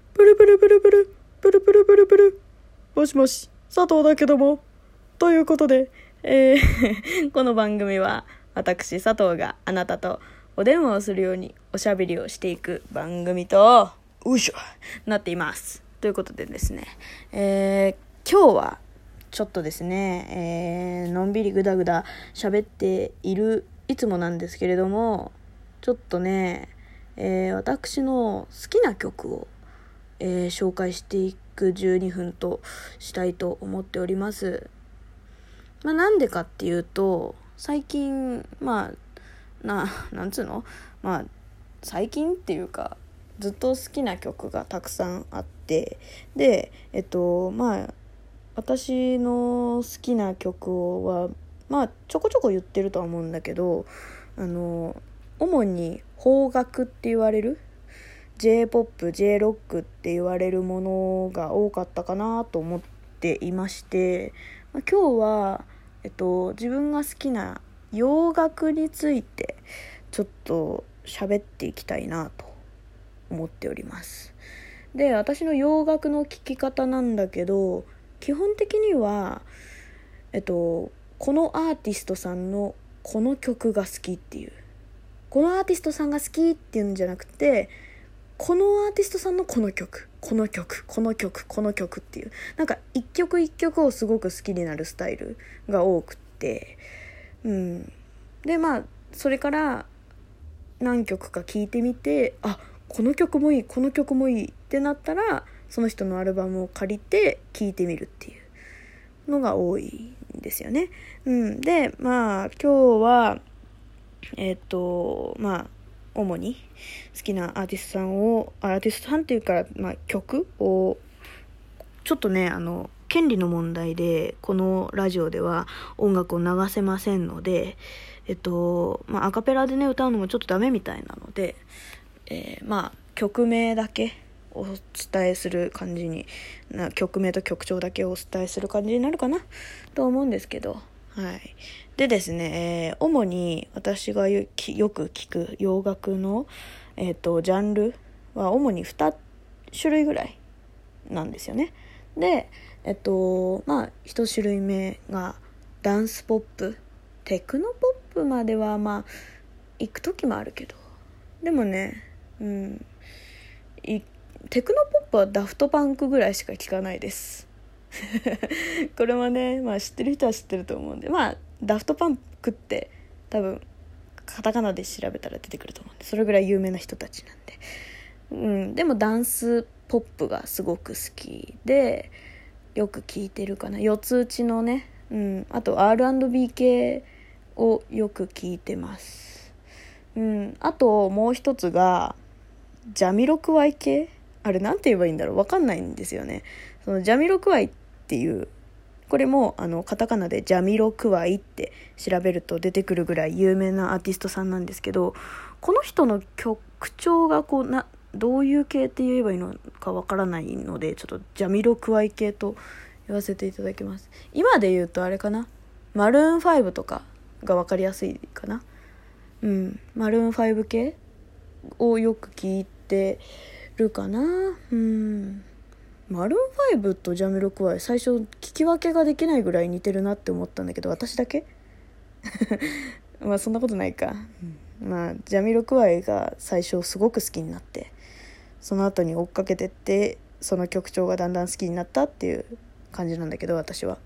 ブルブルブルブルブルブルブルブル、もしもし佐藤だけども、ということで、この番組は私佐藤があなたとお電話をするようにおしゃべりをしていく番組となっています。ということでですね、今日はちょっとですね、のんびりぐだぐだ喋っているいつもなんですけれども、ちょっとね、私の好きな曲を、紹介していく12分としたいと思っております。なんでかっていうと、最近なんつうの、最近っていうかずっと好きな曲がたくさんあって、で私の好きな曲はちょこちょこ言ってるとは思うんだけど、主に邦楽って言われる J-POP、J-ROCK って言われるものが多かったかなと思っていまして、今日は、自分が好きな洋楽についてちょっと喋っていきたいなと思っております。で、私の洋楽の聴き方なんだけど、基本的には、このアーティストさんのこの曲が好きっていう、このアーティストさんが好きっていうんじゃなくて、このアーティストさんのこの曲っていう、なんか一曲一曲をすごく好きになるスタイルが多くって、でそれから何曲か聴いてみて、この曲もいいってなったら、その人のアルバムを借りて聴いてみるっていうのが多いんですよね。で今日は主に好きなアーティストさんっていうから、曲をちょっとね、権利の問題でこのラジオでは音楽を流せませんので、アカペラでね歌うのもちょっとダメみたいなので、曲名だけお伝えする感じに曲名と曲調だけお伝えする感じになるかなと思うんですけど、でですね、主に私がよく聞く洋楽の、ジャンルは主に2種類ぐらいなんですよね。で、1種類目がダンスポップ、テクノポップまでは行く時もあるけど、でもね、テクノポップはダフトパンクぐらいしか聞かないですこれもね、知ってる人は知ってると思うんで、ダフトパンクって多分カタカナで調べたら出てくると思うんで、それぐらい有名な人たちなんで、でもダンスポップがすごく好きでよく聴いてるかな。四つ打ちのね、あと R&B 系をよく聴いてます。あともう一つがジャミロクワイ系、あれなんて言えばいいんだろう、わかんないんですよね。そのジャミロクワイっていう、これもカタカナでジャミロクワイって調べると出てくるぐらい有名なアーティストさんなんですけど、この人の曲調がどういう系って言えばいいのかわからないので、ちょっとジャミロクワイ系と言わせていただきます。今で言うとあれかな、マルーン5とかがわかりやすいかな。マルーン5系をよく聞いてるかな。マルーン5とジャミロクワイ、最初聞き分けができないぐらい似てるなって思ったんだけど、私だけそんなことないか。ジャミロクワイが最初すごく好きになって、その後に追っかけてって、その曲調がだんだん好きになったっていう感じなんだけど、私は。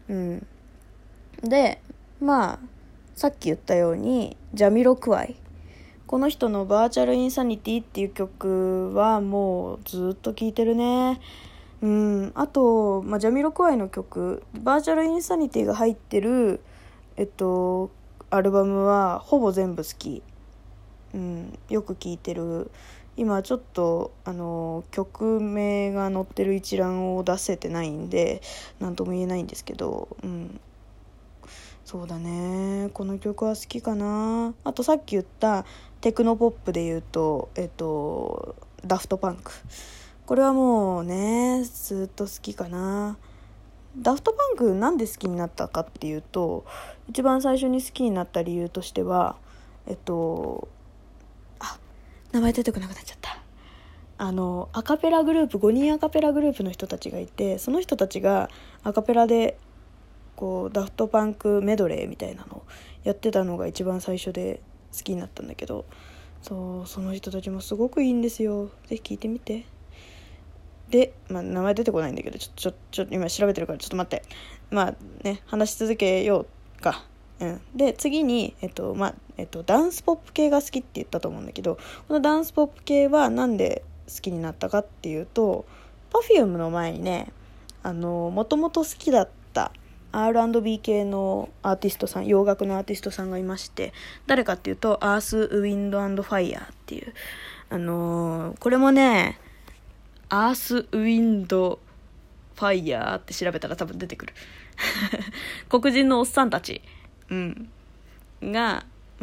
でさっき言ったようにジャミロクワイ、この人のバーチャルインサニティっていう曲はもうずっと聴いてるね。あと、ジャミロクワイの曲、バーチャルインサニティが入ってるアルバムはほぼ全部好き。よく聴いてる。今ちょっと曲名が載ってる一覧を出せてないんで何とも言えないんですけど、そうだね、この曲は好きかな。あとさっき言ったテクノポップで言うとダフトパンク、これはもうねずっと好きかな。ダフトパンクなんで好きになったかっていうと、一番最初に好きになった理由としては名前出てこなくなっちゃった。 アカペラグループ5人アカペラグループの人たちがいて、その人たちがアカペラでこうダフトパンクメドレーみたいなのをやってたのが一番最初で好きになったんだけど、その人たちもすごくいいんですよ。ぜひ聞いてみて。で、名前出てこないんだけど、ちょ今調べてるからちょっと待って。話し続けようか。で次にダンスポップ系が好きって言ったと思うんだけど、このダンスポップ系はなんで好きになったかっていうと、Perfume の前にね、もともと好きだった R&B 系のアーティストさん、洋楽のアーティストさんがいまして、誰かっていうとアース・ウィンド・ファイヤーっていう、これもね、アース・ウィンド・ファイヤーって調べたら多分出てくる黒人のおっさんたち、が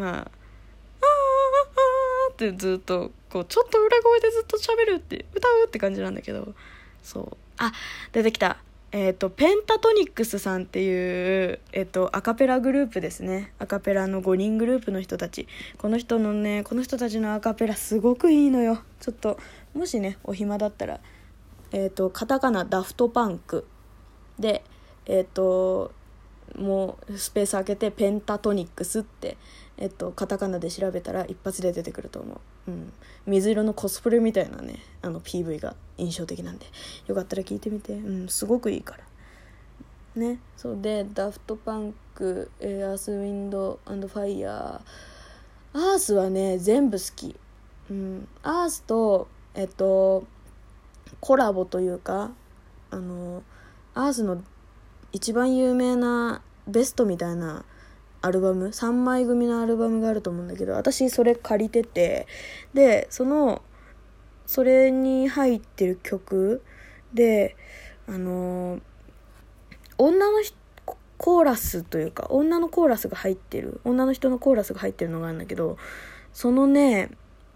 ってずっとこうちょっと裏声でずっと喋るって歌うって感じなんだけど、出てきた。ペンタトニックスさんっていう、アカペラグループですね。アカペラの5人グループの人たち。この人たちのアカペラすごくいいのよ。ちょっともしねお暇だったら、カタカナダフトパンクでもうスペース開けてペンタトニックスって、カタカナで調べたら一発で出てくると思う。水色のコスプレみたいなね、PV が印象的なんで、よかったら聞いてみて。すごくいいからね。そうで、ダフトパンク、アースウィンド&ファイヤー、アースはね全部好き。アースとコラボというか、アースの一番有名なベストみたいなアルバム、3枚組のアルバムがあると思うんだけど、私それ借りてて、でそれに入ってる曲で女のコーラスというか、女の人のコーラスが入ってるのがあるんだけど、そのね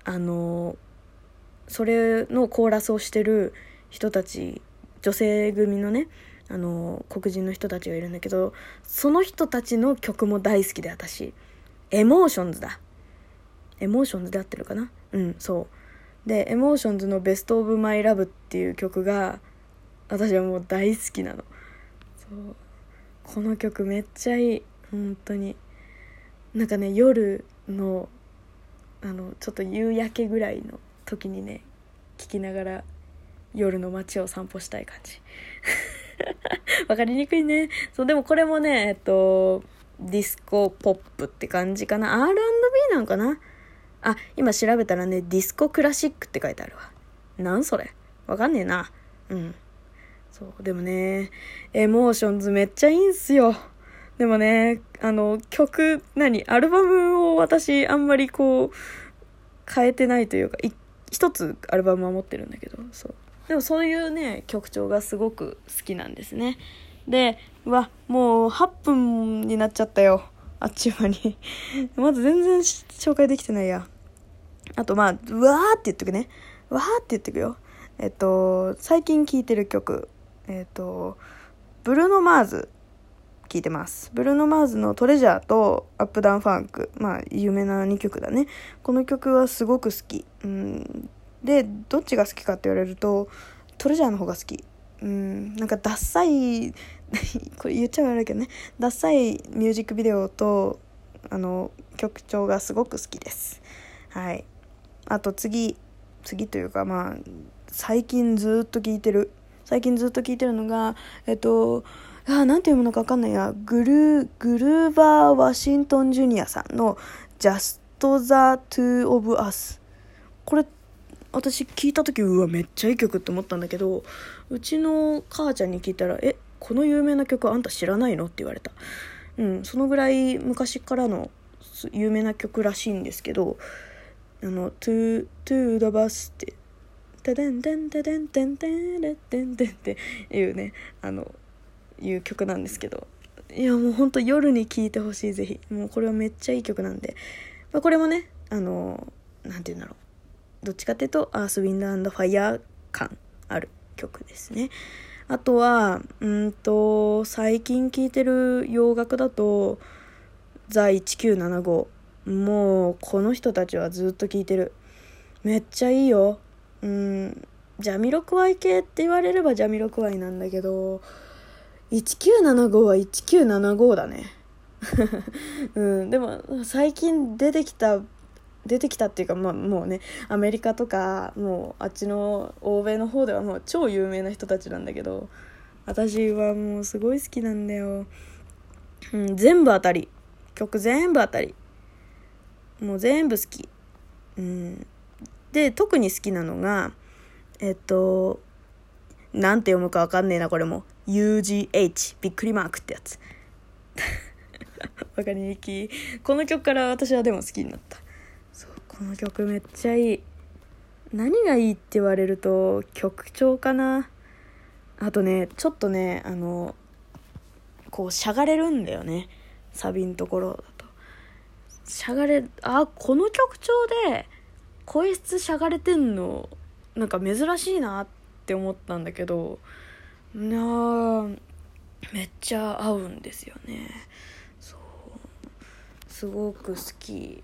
それのコーラスをしてる人たち、女性組のね黒人の人たちがいるんだけど、その人たちの曲も大好きで、私エモーションズで合ってるかな。そうで、エモーションズのベストオブマイラブっていう曲が私はもう大好きなの。この曲めっちゃいい。本当になんかね、夜のちょっと夕焼けぐらいの時にね聴きながら夜の街を散歩したい感じわかりにくいね。でもこれもねディスコポップって感じかな。 R&B なんかな。今調べたらね、ディスコクラシックって書いてあるわ。なんそれわかんねえな。でもねエモーションズめっちゃいいんすよ。でもね曲アルバムを私あんまりこう変えてないというか、一つアルバムは持ってるんだけど、でもそういうね曲調がすごく好きなんですね。でもう8分になっちゃったよ、あっちゅう間にまだ全然紹介できてないや。あとうわーって言ってくね。わーって言ってくよ。最近聴いてる曲、ブルーノ・マーズ聴いてます。ブルーノ・マーズのトレジャーとアップダウン・ファンク、有名な2曲だね。この曲はすごく好き。でどっちが好きかって言われるとトレジャーの方が好き。なんかダッサいこれ言っちゃ悪いけどね、ダッサいミュージックビデオと曲調がすごく好きです。はい。あと次というか最近ずっと聴いてるのがなんて読むのか分かんないや、グルーバー・ワシントン・ジュニアさんの Just the Two of Us。 これ私聞いた時めっちゃいい曲って思ったんだけど、うちの母ちゃんに聞いたらこの有名な曲あんた知らないのって言われた。そのぐらい昔からの有名な曲らしいんですけど、to the bus ってタデンテンテデンテンテンレッテンテンっていうねいう曲なんですけど、いやもうほんと夜に聴いてほしい。ぜひ。もうこれはめっちゃいい曲なんで、これもねなんていうんだろう、どっちかっていうとアースウィンド&ファイヤー感ある曲ですね。あとは最近聴いてる洋楽だとザ1975。もうこの人たちはずっと聴いてる。めっちゃいいよ。 ジャミロクワイ系って言われればジャミロクワイなんだけど、1975は1975だねでも最近出てきたっていうか、もうね、アメリカとかもうあっちの欧米の方ではもう超有名な人たちなんだけど、私はもうすごい好きなんだよ。全部当たり、曲全部当たり、もう全部好き。で特に好きなのがなんて読むか分かんねえな、これも UGH びっくりマークってやつわかりにくい。この曲から私はでも好きになった。そう、この曲めっちゃいい。何がいいって言われると曲調かな。あとね、ちょっとね、こうしゃがれるんだよね、サビのところだと。この曲調で声質しゃがれてんのなんか珍しいなって思ったんだけど、めっちゃ合うんですよね。そう、すごく好き。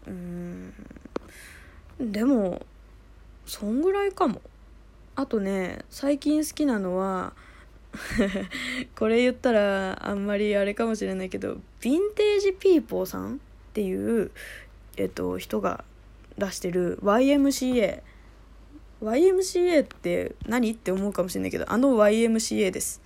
でもそんぐらいかも。あとね、最近好きなのはこれ言ったらあんまりあれかもしれないけど、ヴィンテージピーポーさんっていう人が出してる YMCA って何って思うかもしれないけど、YMCA です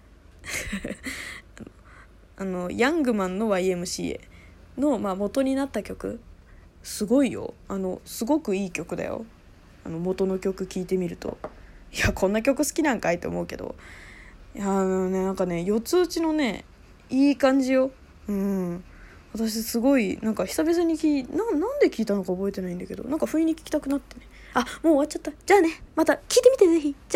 ヤングマンの YMCA の、元になった曲、すごいよ。すごくいい曲だよ。元の曲聴いてみると、いやこんな曲好きなんかいって思うけど、いやなんかね、四つ打ちのね、いい感じよ。私すごいなんか久々になんで聞いたのか覚えてないんだけど、なんか不意に聞きたくなってね。もう終わっちゃった。じゃあね、また聞いてみてぜひ。じゃあ